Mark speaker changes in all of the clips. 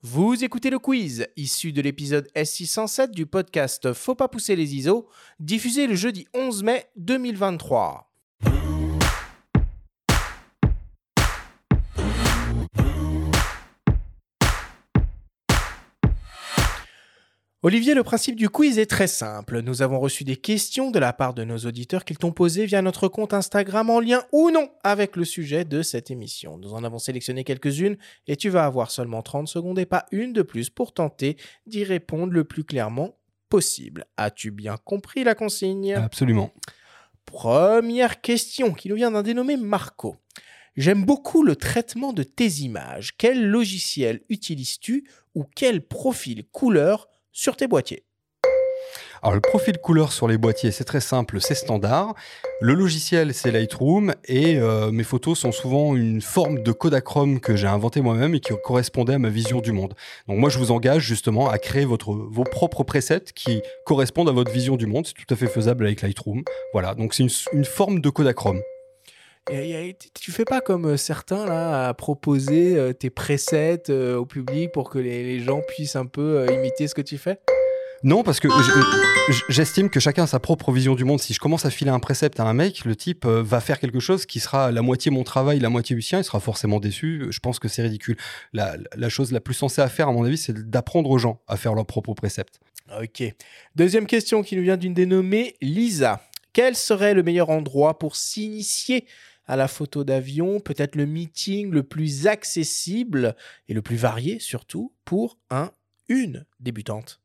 Speaker 1: Vous écoutez le quiz, issu de l'épisode S607 du podcast Faut pas pousser les ISO, diffusé le jeudi 11 mai 2023. Olivier, le principe du quiz est très simple. Nous avons reçu des questions de la part de nos auditeurs qu'ils t'ont posées via notre compte Instagram en lien ou non avec le sujet de cette émission. Nous en avons sélectionné quelques-unes et tu vas avoir seulement 30 secondes et pas une de plus pour tenter d'y répondre le plus clairement possible. As-tu bien compris la consigne ?
Speaker 2: Absolument.
Speaker 1: Première question qui nous vient d'un dénommé Marco. J'aime beaucoup le traitement de tes images. Quel logiciel utilises-tu ou quel profil couleur sur tes boîtiers?
Speaker 2: Alors, le profil couleur sur les boîtiers, c'est très simple, c'est standard. Le logiciel, c'est Lightroom et mes photos sont souvent une forme de Kodachrome que j'ai inventé moi-même et qui correspondait à ma vision du monde. Donc moi, je vous engage justement à créer vos propres presets qui correspondent à votre vision du monde. C'est tout à fait faisable avec Lightroom. Voilà, donc c'est une forme de Kodachrome.
Speaker 1: Tu fais pas comme certains là à proposer tes presets au public pour que les gens puissent un peu imiter ce que tu fais?
Speaker 2: Non, parce que j'estime que chacun a sa propre vision du monde. Si je commence à filer un précepte à un mec, le type va faire quelque chose qui sera la moitié mon travail, la moitié du sien, il sera forcément déçu. Je pense que c'est ridicule. La chose la plus sensée à faire, à mon avis, c'est d'apprendre aux gens à faire leurs propres préceptes.
Speaker 1: Ok. Deuxième question qui nous vient d'une dénommée Lisa. Quel serait le meilleur endroit pour s'initier à la photo d'avion, peut-être le meeting le plus accessible et le plus varié surtout pour une débutante?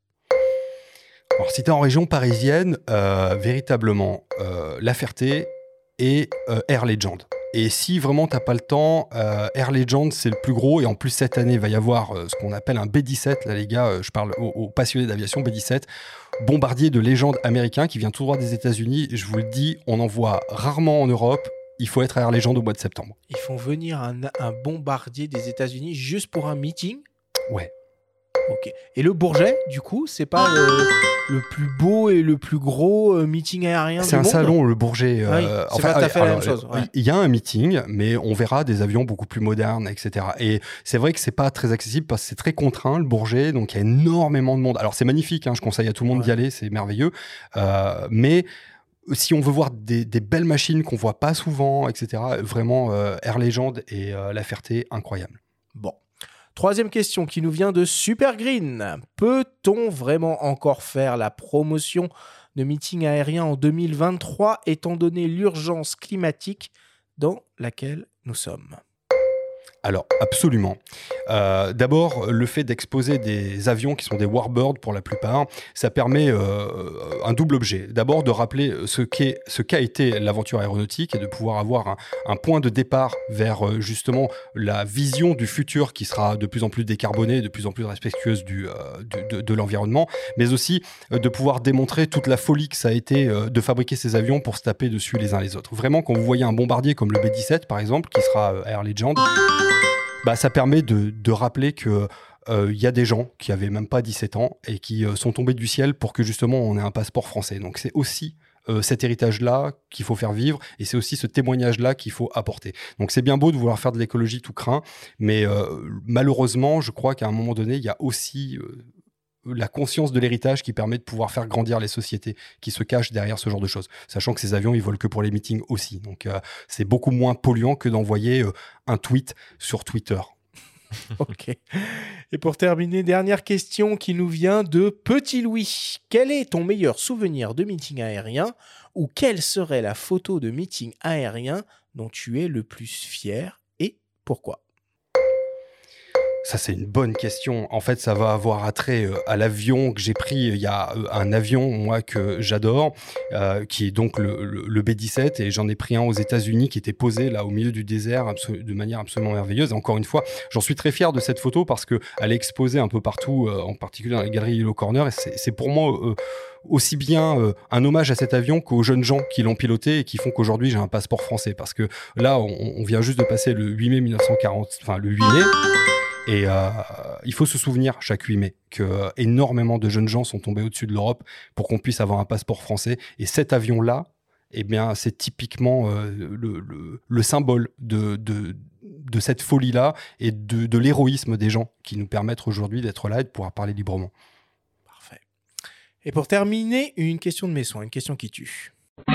Speaker 2: Alors, si tu es en région parisienne, véritablement, La Ferté et Air Legend. Et si vraiment tu n'as pas le temps, Air Legend, c'est le plus gros. Et en plus, cette année, il va y avoir ce qu'on appelle un B-17. Là, les gars, je parle aux passionnés d'aviation, B-17. Bombardier de légende américain qui vient tout droit des États-Unis. Je vous le dis, on en voit rarement en Europe. Il faut être à Air Legend au mois de septembre.
Speaker 1: Ils font venir un bombardier des États-Unis juste pour un meeting?
Speaker 2: Ouais.
Speaker 1: Ok. Et le Bourget, du coup, c'est pas le plus beau et le plus gros meeting aérien du monde?
Speaker 2: C'est un salon, le Bourget.
Speaker 1: Oui, c'est pas tout à fait la même chose. Ouais.
Speaker 2: Il y a un meeting, mais on verra des avions beaucoup plus modernes, etc. Et c'est vrai que c'est pas très accessible parce que c'est très contraint, le Bourget. Donc, il y a énormément de monde. Alors, c'est magnifique. Je conseille à tout le monde d'y aller. C'est merveilleux. Mais si on veut voir des belles machines qu'on voit pas souvent, etc., vraiment, Air Legend et La Ferté, incroyable.
Speaker 1: Bon. Troisième question qui nous vient de Super Green. Peut-on vraiment encore faire la promotion de meetings aériens en 2023 étant donné l'urgence climatique dans laquelle nous sommes?
Speaker 2: Alors, absolument. D'abord, le fait d'exposer des avions qui sont des warbirds pour la plupart, ça permet un double objet. D'abord, de rappeler ce qu'a été l'aventure aéronautique et de pouvoir avoir un point de départ vers justement la vision du futur qui sera de plus en plus décarbonée, de plus en plus respectueuse de l'environnement, mais aussi de pouvoir démontrer toute la folie que ça a été de fabriquer ces avions pour se taper dessus les uns les autres. Vraiment, quand vous voyez un bombardier comme le B-17, par exemple, qui sera Air Legend, ça permet de rappeler que y a des gens qui avaient même pas 17 ans et qui sont tombés du ciel pour que justement on ait un passeport français. Donc c'est aussi cet héritage-là qu'il faut faire vivre et c'est aussi ce témoignage-là qu'il faut apporter. Donc c'est bien beau de vouloir faire de l'écologie tout craint, mais malheureusement, je crois qu'à un moment donné, il y a aussi la conscience de l'héritage qui permet de pouvoir faire grandir les sociétés qui se cachent derrière ce genre de choses. Sachant que ces avions, ils volent que pour les meetings aussi. Donc, c'est beaucoup moins polluant que d'envoyer un tweet sur Twitter.
Speaker 1: Ok. Et pour terminer, dernière question qui nous vient de Petit Louis. Quel est ton meilleur souvenir de meeting aérien ou quelle serait la photo de meeting aérien dont tu es le plus fier et pourquoi?
Speaker 2: Ça, c'est une bonne question. En fait, ça va avoir attrait à l'avion que j'ai pris. Il y a un avion, moi, que j'adore, qui est donc le B-17. Et j'en ai pris un aux États-Unis qui était posé là au milieu du désert de manière absolument merveilleuse. Et encore une fois, j'en suis très fier de cette photo parce qu'elle est exposée un peu partout, en particulier dans les galeries Yellow Corner. Et c'est pour moi aussi bien un hommage à cet avion qu'aux jeunes gens qui l'ont piloté et qui font qu'aujourd'hui, j'ai un passeport français. Parce que là, on vient juste de passer le 8 mai 1940, enfin le 8 mai. Et il faut se souvenir chaque 8 mai que énormément de jeunes gens sont tombés au-dessus de l'Europe pour qu'on puisse avoir un passeport français. Et cet avion-là, eh bien, c'est typiquement le symbole de cette folie-là et de l'héroïsme des gens qui nous permettent aujourd'hui d'être là et de pouvoir parler librement.
Speaker 1: Parfait. Et pour terminer, une question de mes soins, une question qui tue.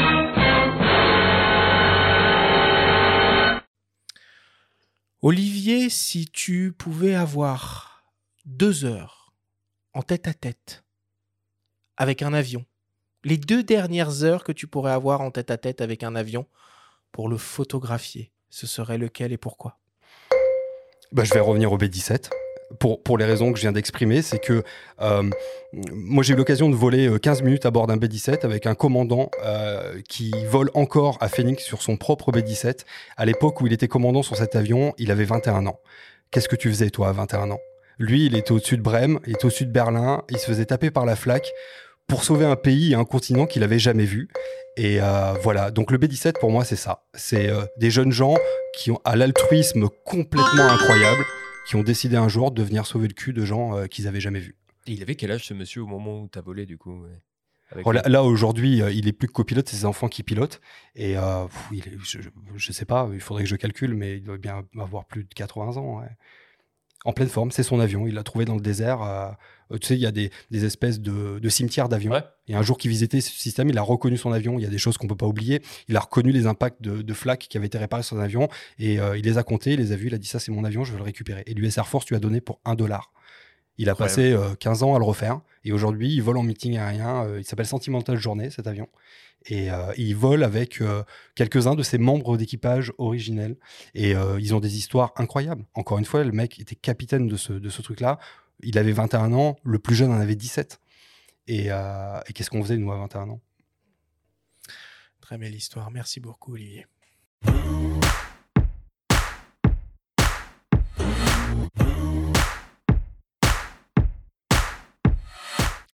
Speaker 1: Olivier, si tu pouvais avoir 2 heures en tête-à-tête avec un avion, les 2 dernières heures que tu pourrais avoir en tête-à-tête avec un avion pour le photographier, ce serait lequel et pourquoi ?
Speaker 2: Je vais revenir au B-17. Pour les raisons que je viens d'exprimer, c'est que moi j'ai eu l'occasion de voler 15 minutes à bord d'un B-17 avec un commandant qui vole encore à Phoenix sur son propre B-17. À l'époque où il était commandant sur cet avion, il avait 21 ans. Qu'est-ce que tu faisais toi à 21 ans ? Lui, il était au-dessus de Brême, il était au-dessus de Berlin, il se faisait taper par la flak pour sauver un pays et un continent qu'il n'avait jamais vu. Et voilà, donc le B-17 pour moi c'est ça. C'est des jeunes gens qui ont à l'altruisme complètement incroyable, qui ont décidé un jour de venir sauver le cul de gens qu'ils n'avaient jamais vus.
Speaker 3: Et il avait quel âge ce monsieur au moment où tu as volé du coup
Speaker 2: Là aujourd'hui, il est plus que copilote, c'est ses enfants qui pilotent. Et je sais pas, il faudrait que je calcule, mais il doit bien avoir plus de 80 ans. Ouais. En pleine forme, c'est son avion. Il l'a trouvé dans le désert. Tu sais, il y a des espèces de cimetières d'avions.
Speaker 3: Ouais.
Speaker 2: Et un jour qu'il visitait ce système, il a reconnu son avion. Il y a des choses qu'on peut pas oublier. Il a reconnu les impacts de flak qui avaient été réparés sur son avion. Et il les a comptés, il les a vus. Il a dit ça, c'est mon avion, je veux le récupérer. Et l'US Air Force lui a donné pour $1. Il a passé 15 ans à le refaire. Et aujourd'hui, il vole en meeting aérien. Il s'appelle Sentimental Journey, cet avion. Et il vole avec quelques-uns de ses membres d'équipage originels. Et ils ont des histoires incroyables. Encore une fois, le mec était capitaine de ce truc-là. Il avait 21 ans. Le plus jeune en avait 17. Et qu'est-ce qu'on faisait, nous, à 21 ans ?
Speaker 1: Très belle histoire. Merci beaucoup, Olivier.